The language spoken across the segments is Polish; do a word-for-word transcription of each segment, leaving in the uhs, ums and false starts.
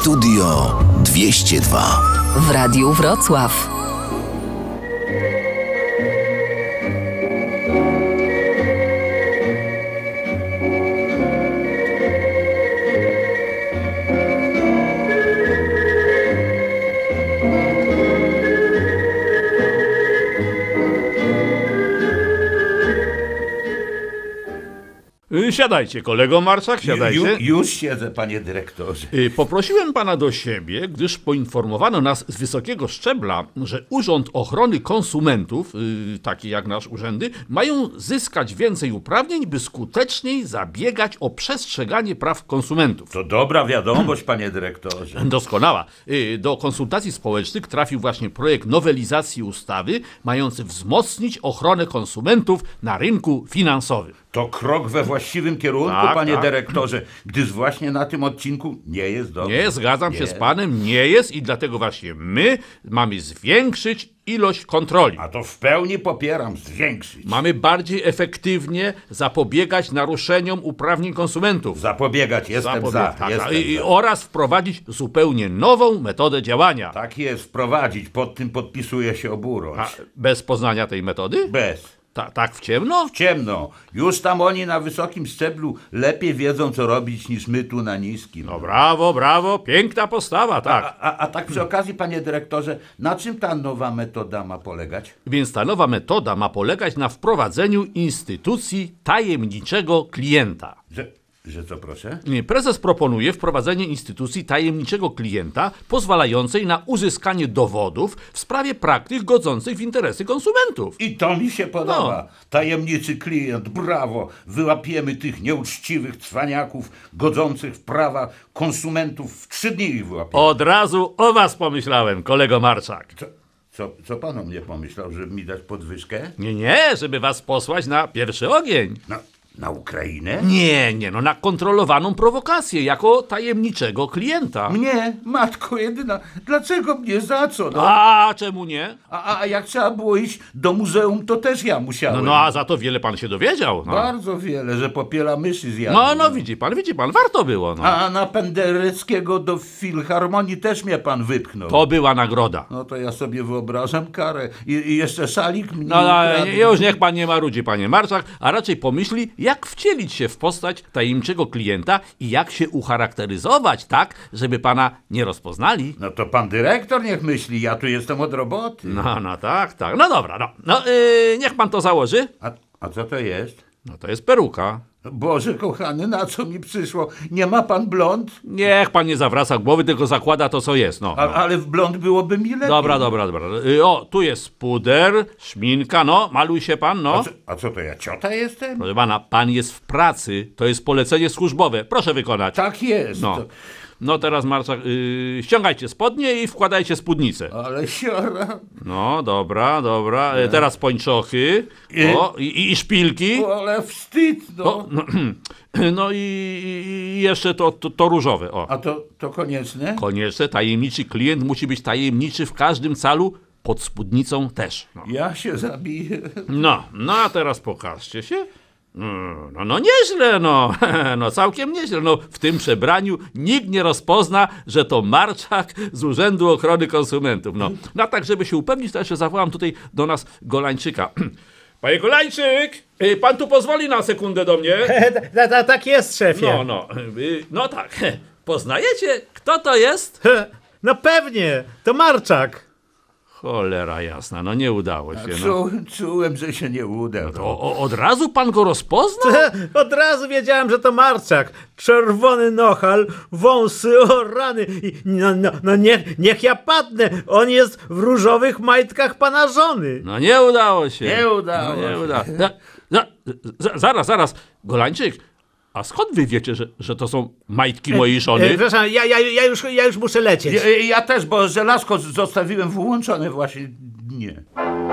Studio dwieście dwa w Radiu Wrocław. Siadajcie, kolego Marszak, siadajcie. Ju, już siedzę, panie dyrektorze. Poprosiłem pana do siebie, gdyż poinformowano nas z wysokiego szczebla, że Urząd Ochrony Konsumentów, yy, taki jak nasz urzędy, mają zyskać więcej uprawnień, by skuteczniej zabiegać o przestrzeganie praw konsumentów. To dobra wiadomość, panie dyrektorze. Doskonała. Yy, do konsultacji społecznych trafił właśnie projekt nowelizacji ustawy mający wzmocnić ochronę konsumentów na rynku finansowym. To krok we właściwym kierunku, Tak, panie tak. dyrektorze, gdyż właśnie na tym odcinku nie jest dobrze. Nie, zgadzam się Nie. z panem, nie jest i dlatego właśnie my mamy zwiększyć ilość kontroli. A to w pełni popieram, zwiększyć. Mamy bardziej efektywnie zapobiegać naruszeniom uprawnień konsumentów. Zapobiegać, jestem Zapobieg- za. tak, jestem i, i za. oraz wprowadzić zupełnie nową metodę działania. Tak jest, wprowadzić, pod tym podpisuje się oburącz. A bez poznania tej metody? Bez. Ta, tak w ciemno? Ciemno. Już tam oni na wysokim szczeblu lepiej wiedzą, co robić, niż my tu na niskim. No brawo, brawo, piękna postawa, tak. A, a, a tak przy okazji, panie dyrektorze, na czym ta nowa metoda ma polegać? Więc ta nowa metoda ma polegać na wprowadzeniu instytucji tajemniczego klienta. Że, że co, proszę? Prezes proponuje wprowadzenie instytucji tajemniczego klienta pozwalającej na uzyskanie dowodów w sprawie praktyk godzących w interesy konsumentów. I to mi się podoba. No. Tajemniczy klient, brawo. Wyłapiemy tych nieuczciwych cwaniaków godzących w prawa konsumentów. W trzy dni ich wyłapiemy. Od razu o was pomyślałem, kolego Marszak. Co, co, co pan o mnie pomyślał, żeby mi dać podwyżkę? Nie, nie, żeby was posłać na pierwszy ogień. Na, na Ukrainę? Nie, nie, no na kontrolowaną prowokację jako tajemniczego klienta. Mnie? Matko jedyna. Dlaczego mnie? Za co? No? A czemu nie? A, a jak trzeba było iść do muzeum, to też ja musiałem. No, no a za to wiele pan się dowiedział. No, Bardzo wiele, że popiela myszy zjadł. no, no widzi pan, widzi pan, warto było. No. A na Pendereckiego do Filharmonii też mnie pan wypchnął. To była nagroda. No to ja sobie wyobrażam karę. I, i jeszcze szalik mnie No, no ukradł. już niech pan nie marudzi, panie Marszak, a raczej pomyśli, jak wcielić się w postać tajemniczego klienta i jak się ucharakteryzować tak, żeby pana nie rozpoznali. No to pan dyrektor niech myśli, ja tu jestem od roboty. No, no tak, tak. No dobra, no. no yy, niech pan to założy. A, a co to jest? No to jest peruka. Boże kochany, na co mi przyszło? Nie ma pan blond? Niech pan nie zawraca głowy, tylko zakłada to, co jest, no. A, no. ale w blond byłoby mi lepiej. Dobra, dobra, dobra. Yy, o, tu jest puder, szminka, no, maluj się pan, no. A co, a co to ja, ciota jestem? Proszę pana, pan jest w pracy, to jest polecenie służbowe, proszę wykonać. Tak jest. No. To, No teraz Marszak, yy, ściągajcie spodnie i wkładajcie spódnicę. ale siora. No, dobra, dobra. E, teraz pończochy. I? O, i, i, i szpilki. O, ale wstyd, no. O, no, no i, i jeszcze to, to, to różowe. O. A to, to konieczne? Koniecznie, tajemniczy klient musi być tajemniczy w każdym calu, pod spódnicą też. No, Ja się zabiję. no, no a teraz pokażcie się. No, no, no nieźle, no. No całkiem nieźle. No, w tym przebraniu nikt nie rozpozna, że to Marczak z Urzędu Ochrony Konsumentów. No, no a tak, żeby się upewnić, to jeszcze zawołam tutaj do nas Golańczyka. Panie Golańczyk, y, pan tu pozwoli na sekundę do mnie? Ta, ta, tak jest, szefie. No, no, y, no tak. Poznajecie, kto to jest? No pewnie, to Marczak. Cholera jasna, no nie udało się. No. Czu, czułem, że się nie uda. O, o, od razu pan go rozpoznał? Od razu wiedziałem, że to Marczak. Czerwony nochal, wąsy, o rany. I, no, no, no niech, niech ja padnę. On jest w różowych majtkach pana żony. No nie udało się. Nie udało no, nie się. udało. Za, za, za, zaraz, zaraz. Golańczyk, a skąd wy wiecie, że, że to są majtki mojej E, żony? przepraszam, ja, ja, ja, już, ja już muszę lecieć. Ja, ja też, bo żelazko z- zostawiłem włączone właśnie. Nie.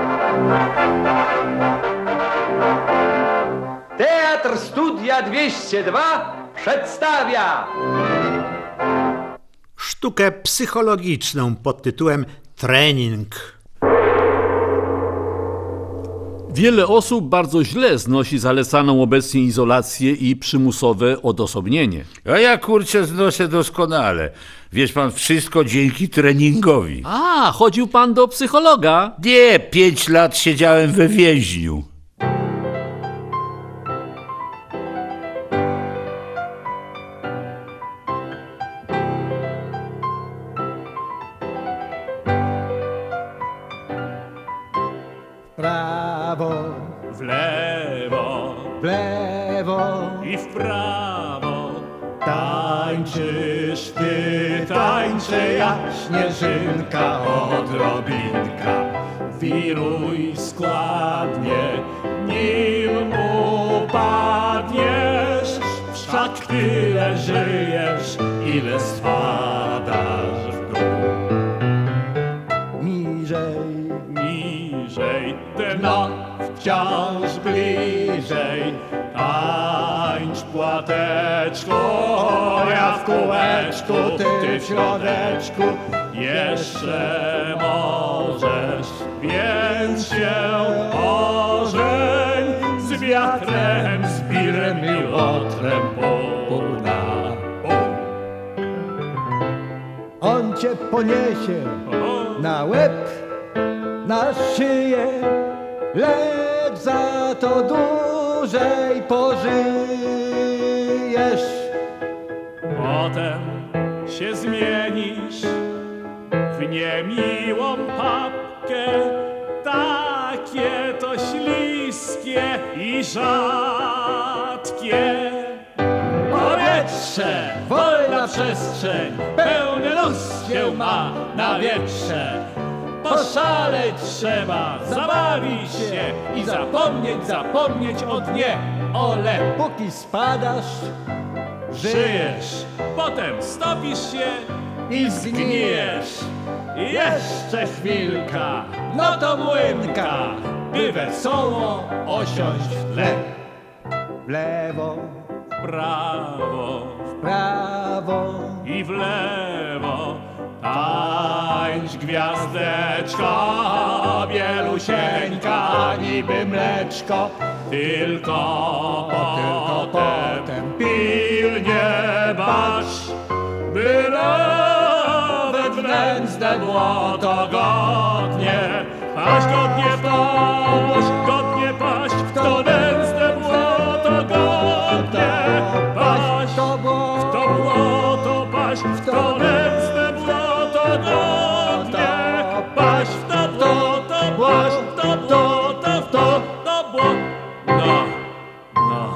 Teatr Studia dwieście dwa przedstawia Sztukę psychologiczną pod tytułem Trening. Wiele osób bardzo źle znosi zalecaną obecnie izolację i przymusowe odosobnienie. A ja kurczę znoszę doskonale. Wiesz pan, wszystko dzięki treningowi. A, chodził pan do psychologa? Nie, pięć lat siedziałem we więźniu. Prawo, W lewo w lewo, i w prawo. Tańczysz ty, tańczę ja, śnieżynka odrobinka. Wiruj składnie, nim upadniesz. Wszak tyle żyjesz, ile spadasz w dół. niżej, Niżej, dno wciąż bliżej. Tańcz płateczko, ja w kółeczku, ty w środeczku. Jeszcze możesz, więc się ożeń z wiatrem, z wirem i łotrem pół na pół. on cię poniesie na łeb, na szyję, lecz za to dłużej pożyjesz. Potem się zmienisz w niemiłą papkę, takie to śliskie i rzadkie. Powietrze, wolna przestrzeń, pełny luz się ma na wietrze. Poszaleć trzeba, zabawić się i zapomnieć, zapomnieć o dnie, ole. Póki spadasz, Żyjesz, potem stopisz się i zgnijesz. Jeszcze chwilka, no to młynka, by wesoło osiąść w tle. w lewo, W prawo w prawo, i w lewo. Tańcz gwiazdeczko, bielusieńka, niby mleczko. Tylko tylko potem potem pilnie bać, by nawet w nędzne błoto godnie paść, godnie w to, godnie paść w to nędzne błoto, godnie paść, w to w to błoto paść, w to nędzne błoto, godnie paść, w to błoto paść, w to błoto, w to, to błoto. No, no.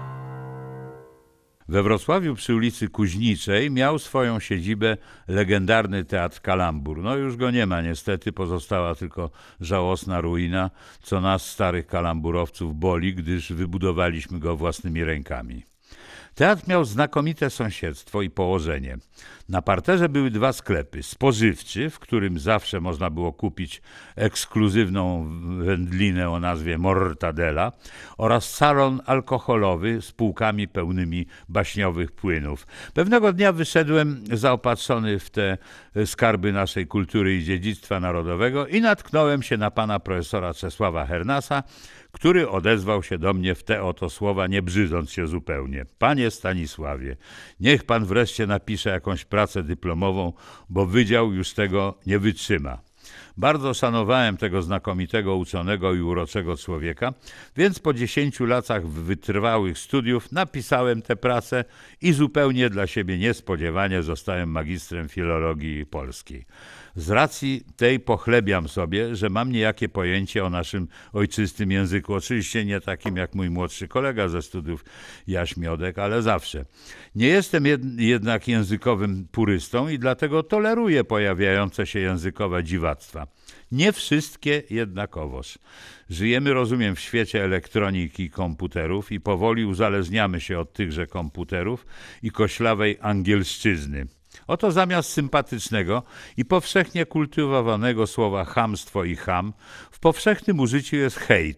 We Wrocławiu przy ulicy Kuźniczej miał swoją siedzibę legendarny Teatr Kalambur. No już go nie ma niestety, pozostała tylko żałosna ruina, co nas starych kalamburowców boli, gdyż wybudowaliśmy go własnymi rękami. Teatr miał znakomite sąsiedztwo i położenie. Na parterze były dwa sklepy. Spożywczy, w którym zawsze można było kupić ekskluzywną wędlinę o nazwie Mortadela, oraz salon alkoholowy z półkami pełnymi baśniowych płynów. Pewnego dnia wyszedłem zaopatrzony w te skarby naszej kultury i dziedzictwa narodowego i natknąłem się na pana profesora Czesława Hernasa, który odezwał się do mnie w te oto słowa, nie brzydząc się zupełnie. Panie Stanisławie, niech pan wreszcie napisze jakąś pracę dyplomową, bo wydział już tego nie wytrzyma. Bardzo szanowałem tego znakomitego uczonego i uroczego człowieka, więc po dziesięciu latach wytrwałych studiów napisałem tę pracę i zupełnie dla siebie niespodziewanie zostałem magistrem filologii polskiej. Z racji tej pochlebiam sobie, że mam niejakie pojęcie o naszym ojczystym języku. Oczywiście nie takim jak mój młodszy kolega ze studiów Jaś Miodek, ale zawsze. Nie jestem jednak językowym purystą i dlatego toleruję pojawiające się językowe dziwactwa. Nie wszystkie jednakowoż. Żyjemy, rozumiem, w świecie elektroniki i komputerów i powoli uzależniamy się od tychże komputerów i koślawej angielszczyzny. Oto zamiast sympatycznego i powszechnie kultywowanego słowa chamstwo i cham, w powszechnym użyciu jest hejt.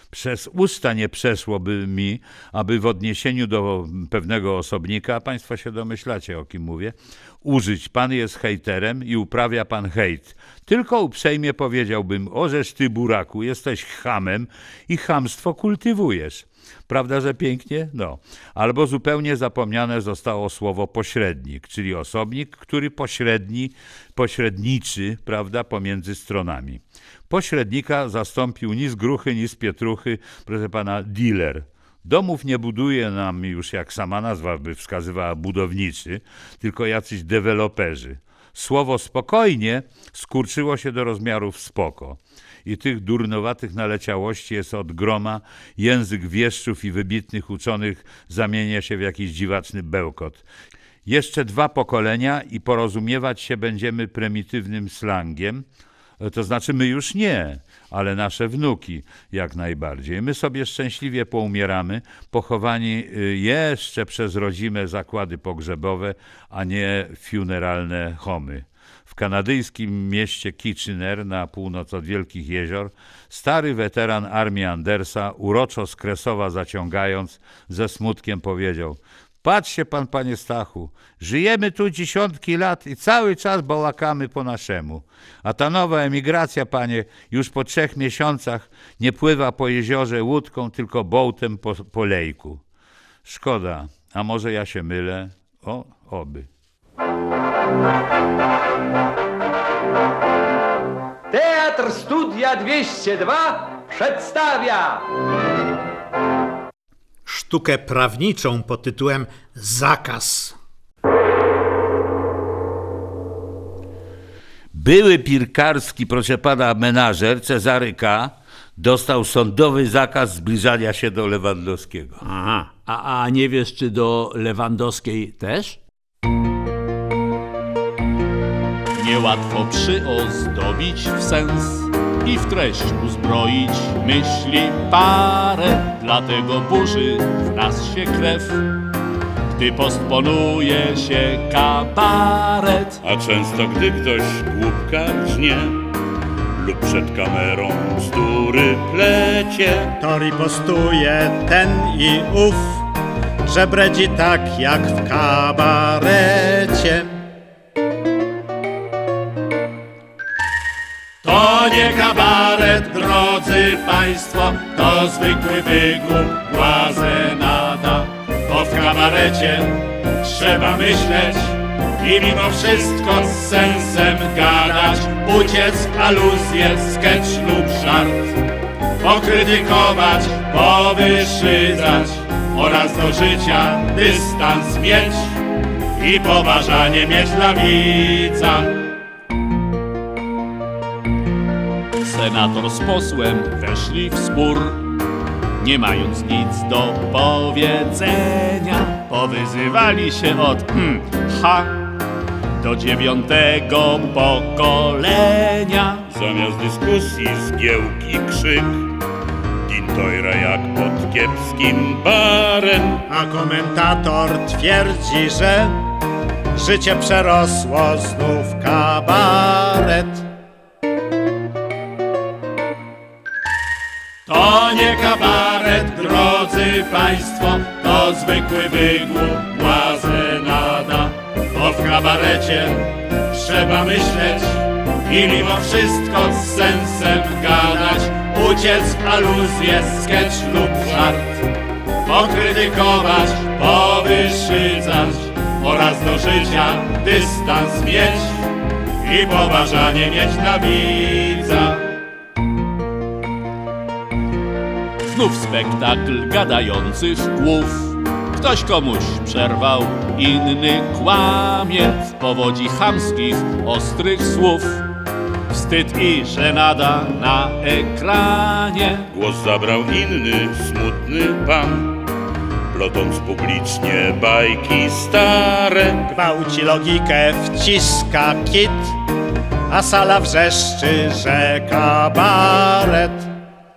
Przez usta nie przeszłoby mi, aby w odniesieniu do pewnego osobnika, państwo się domyślacie, o kim mówię, użyć: pan jest hejterem i uprawia pan hejt. Tylko uprzejmie powiedziałbym: ożeż ty, buraku, jesteś chamem i chamstwo kultywujesz. Prawda, że pięknie? No. Albo zupełnie zapomniane zostało słowo pośrednik, czyli osobnik, który pośredni, pośredniczy, prawda, pomiędzy stronami. Pośrednika zastąpił ni z gruchy, ni z pietruchy, proszę pana, dealer. Domów nie buduje nam już, jak sama nazwa by wskazywała, budowniczy, tylko jacyś deweloperzy. Słowo spokojnie skurczyło się do rozmiarów spoko. I tych durnowatych naleciałości jest od groma. Język wieszczów i wybitnych uczonych zamienia się w jakiś dziwaczny bełkot. Jeszcze dwa pokolenia i porozumiewać się będziemy prymitywnym slangiem. To znaczy my już nie, ale nasze wnuki jak najbardziej. My sobie szczęśliwie poumieramy, pochowani jeszcze przez rodzime zakłady pogrzebowe, a nie funeralne homy. W kanadyjskim mieście Kitchener na północ od Wielkich Jezior stary weteran armii Andersa, uroczo z Kresowa zaciągając, ze smutkiem powiedział: patrz się pan, panie Stachu, żyjemy tu dziesiątki lat i cały czas bałakamy po naszemu. A ta nowa emigracja, panie, już po trzech miesiącach nie pływa po jeziorze łódką, tylko bołtem po, po lejku. Szkoda, a może ja się mylę? O, oby. Teatr Studia dwieście dwa przedstawia Sztukę prawniczą pod tytułem Zakaz. Były pirkarski, proszę pana, menażer Cezary K. dostał sądowy zakaz zbliżania się do Lewandowskiego. Aha, a, a nie wiesz, czy do Lewandowskiej też? Niełatwo przyozdobić w sens i w treść uzbroić myśli parę, dlatego burzy w nas się krew, gdy postponuje się kabaret. A często gdy ktoś głupka grznie lub przed kamerą bzdury plecie, to ripostuje ten i ów, że bredzi tak jak w kabarecie. To nie kabaret, drodzy państwo, to zwykły wygłup, błazenada. Bo w kabarecie trzeba myśleć i mimo wszystko z sensem gadać, uciec w aluzję, sketch lub żart, pokrytykować, powyszydzać oraz do życia dystans mieć i poważanie mieć dla widza. Senator z posłem weszli w spór, nie mając nic do powiedzenia. Powyzywali się od hmm, ha do dziewiątego pokolenia. Zamiast dyskusji zgiełki krzyk, Dintojra jak pod kiepskim barem. A komentator twierdzi, że życie przerosło znów kabaret. To nie kabaret, drodzy państwo, to zwykły wygłup, błazenada. Bo w kabarecie trzeba myśleć i mimo wszystko z sensem gadać, uciec w aluzję, sketch lub żart, pokrytykować, powyszydzać oraz do życia dystans mieć i poważanie mieć dla widza. Znów spektakl gadających głów. Ktoś komuś przerwał, inny kłamie w powodzi chamskich, ostrych słów. Wstyd i żenada na ekranie. Głos zabrał inny, smutny pan, plotąc publicznie bajki stare. Gwałci logikę, wciska kit, a sala wrzeszczy, że kabaret.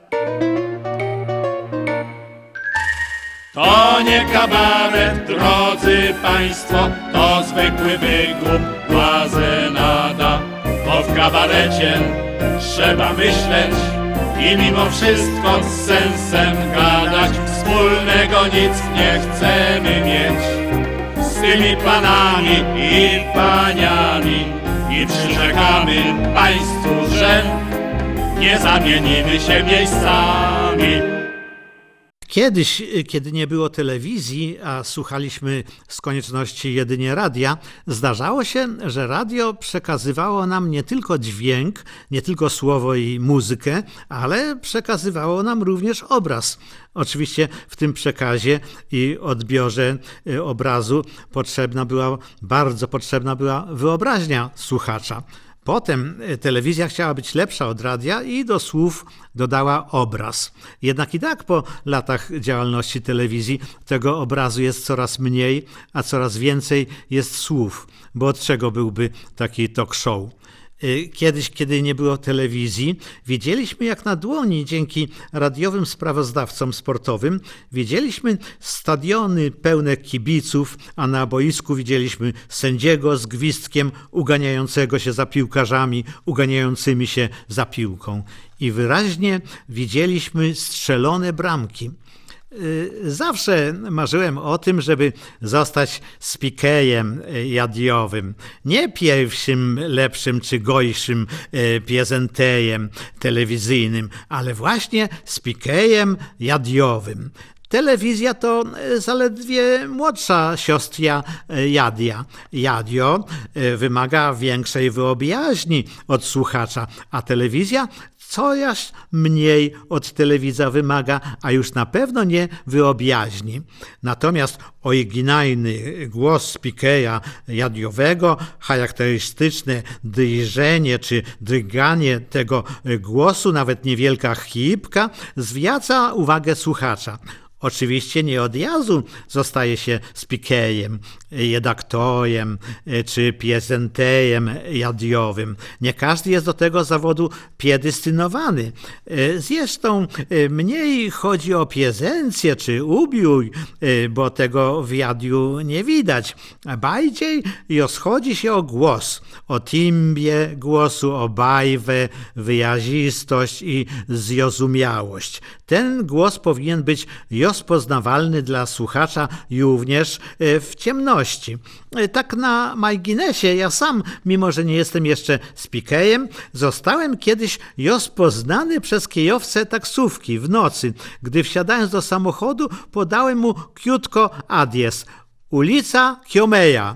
To nie kabaret, drodzy państwo, to zwykły wygłup, błazenada. Bo w kabarecie trzeba myśleć i mimo wszystko z sensem gadać. Wspólnego nic nie chcemy mieć z tymi panami i paniami i przyrzekamy państwu, że nie zamienimy się miejscami. Kiedyś, kiedy nie było telewizji, a słuchaliśmy z konieczności jedynie radia, zdarzało się, że radio przekazywało nam nie tylko dźwięk, nie tylko słowo i muzykę, ale przekazywało nam również obraz. Oczywiście w tym przekazie i odbiorze obrazu potrzebna była, bardzo potrzebna była wyobraźnia słuchacza. Potem telewizja chciała być lepsza od radia i do słów dodała obraz. Jednak i tak po latach działalności telewizji tego obrazu jest coraz mniej, a coraz więcej jest słów. Bo od czego byłby taki talk show? Kiedyś, kiedy nie było telewizji, wiedzieliśmy jak na dłoni dzięki radiowym sprawozdawcom sportowym, widzieliśmy stadiony pełne kibiców, a na boisku widzieliśmy sędziego z gwizdkiem uganiającego się za piłkarzami, uganiającymi się za piłką. I wyraźnie widzieliśmy strzelone bramki. Zawsze marzyłem o tym, żeby zostać spikejem jadiowym. Nie pierwszym, lepszym czy gorszym piezentejem telewizyjnym, ale właśnie spikejem jadiowym. Telewizja to zaledwie młodsza siostra Jadia. Jadio wymaga większej wyobraźni od słuchacza, a telewizja coraz mniej od telewizora wymaga, a już na pewno nie wyobraźni. Natomiast oryginalny głos spikera jadiowego, charakterystyczne drżenie czy drganie tego głosu, nawet niewielka chrypka, zwraca uwagę słuchacza. Oczywiście nie od razu zostaje się spikerem, redaktorem czy prezenterem radiowym. Nie każdy jest do tego zawodu predestynowany. Zresztą mniej chodzi o prezencję czy ubiór, bo tego w radiu nie widać. Bardziej rozchodzi się o głos, o timbre głosu, o barwę, wyrazistość i zrozumiałość. Ten głos powinien być rozpoznawalny dla słuchacza również w ciemności. Tak na marginesie, ja sam, mimo że nie jestem jeszcze spikerem, zostałem kiedyś rozpoznany przez kierowcę taksówki w nocy, gdy wsiadając do samochodu podałem mu krótko adres. Ulica Kiomeja.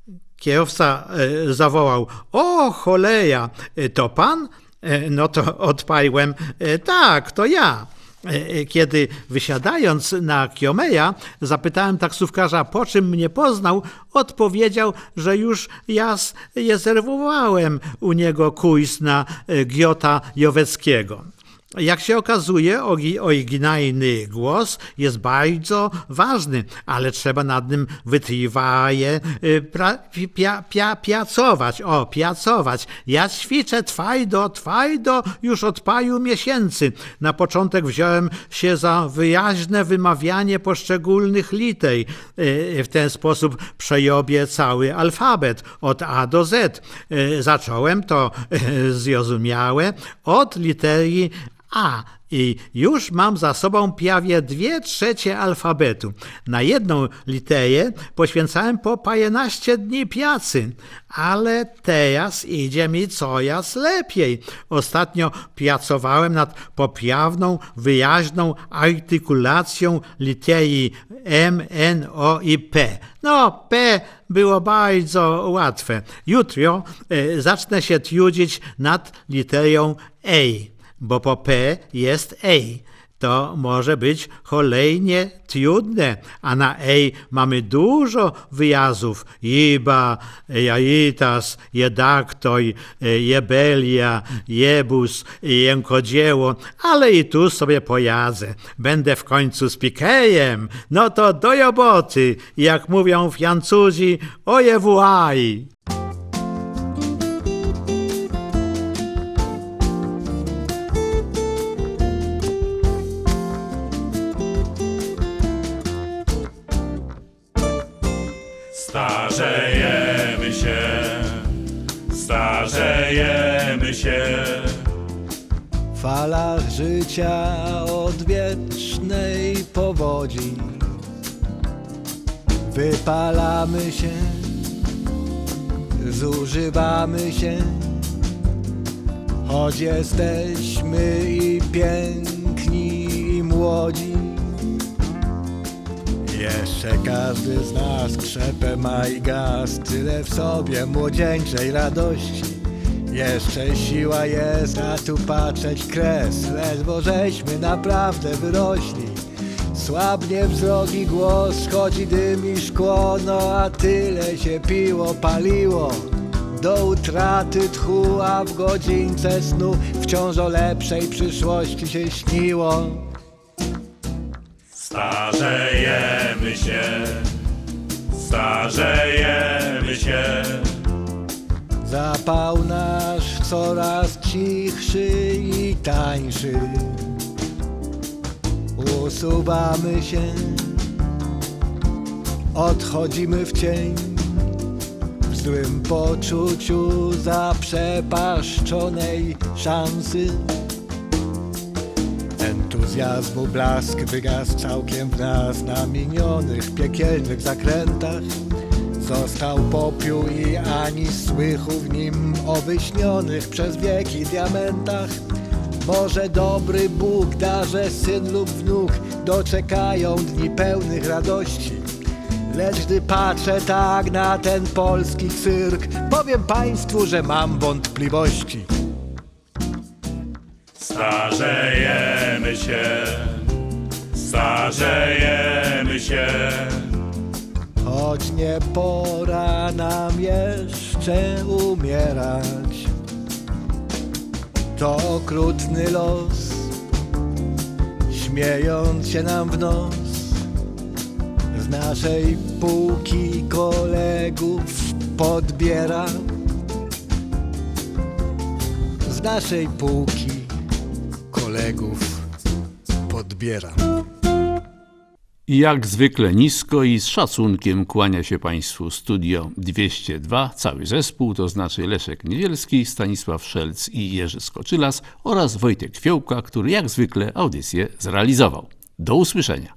Kierowca e, zawołał: o cholera, to pan? E, no to odparłem: e, tak, to ja. Kiedy wysiadając na Kiomeja zapytałem taksówkarza, po czym mnie poznał, odpowiedział, że już ja rezerwowałem u niego kurs na Giota Joweckiego. Jak się okazuje, oryginalny głos jest bardzo ważny, ale trzeba nad nim wytrwale pra, pia, pia, pracować. O, pracować. Ja ćwiczę twardo, twardo już od paru miesięcy. Na początek wziąłem się za wyraźne wymawianie poszczególnych liter. W ten sposób przerobię cały alfabet od A do Z. Zacząłem to zrozumiałe od litery A i już mam za sobą prawie dwie trzecie alfabetu. Na jedną literę poświęcałem po paręnaście dni pracy, ale teraz idzie mi coraz lepiej. Ostatnio pracowałem nad poprawną, wyraźną artykulacją litery M, N, O i P. No, P było bardzo łatwe. Jutro e, zacznę się trudzić nad literą E. Bo po P jest ej. To może być cholernie trudne, a na ej mamy dużo wyrazów. Iba, jaritas, jedaktor, jebelia, jebus, rękodzieło, ale i tu sobie poradzę. Będę w końcu spikerem. No to do roboty, jak mówią Francuzi, au revoir. Starzejemy się, starzejemy się, falach życia odwiecznej powodzi. Wypalamy się, zużywamy się, choć jesteśmy i piękni i młodzi. Jeszcze każdy z nas krzepę ma i gaz, tyle w sobie młodzieńczej radości. Jeszcze siła jest, a tu patrzeć kres, ledwo żeśmy naprawdę wyrośli. Słabnie wzrok i głos, chodzi dym i szkło, no a tyle się piło, paliło do utraty tchu, a w godzince snu wciąż o lepszej przyszłości się śniło. Starzejemy się, starzejemy się. Zapał nasz coraz cichszy i tańszy. Usuwamy się, odchodzimy w cień, w złym poczuciu zaprzepaszczonej szansy. Entuzjazmu blask wygasł całkiem w nas, na minionych piekielnych zakrętach. Został popiół i ani słychu w nim o wyśnionych przez wieki diamentach. Może dobry Bóg da, że syn lub wnuk doczekają dni pełnych radości. Lecz gdy patrzę tak na ten polski cyrk, powiem państwu, że mam wątpliwości. Starzejemy się, starzejemy się. Choć nie pora nam jeszcze umierać, to okrutny los, śmiejąc się nam w nos, z naszej półki kolegów podbiera. Z naszej półki kolegów podbiera. I jak zwykle nisko i z szacunkiem kłania się Państwu Studio dwieście dwa, cały zespół, to znaczy Leszek Niedzielski, Stanisław Szelc i Jerzy Skoczylas oraz Wojtek Fiołka, który jak zwykle audycję zrealizował. Do usłyszenia.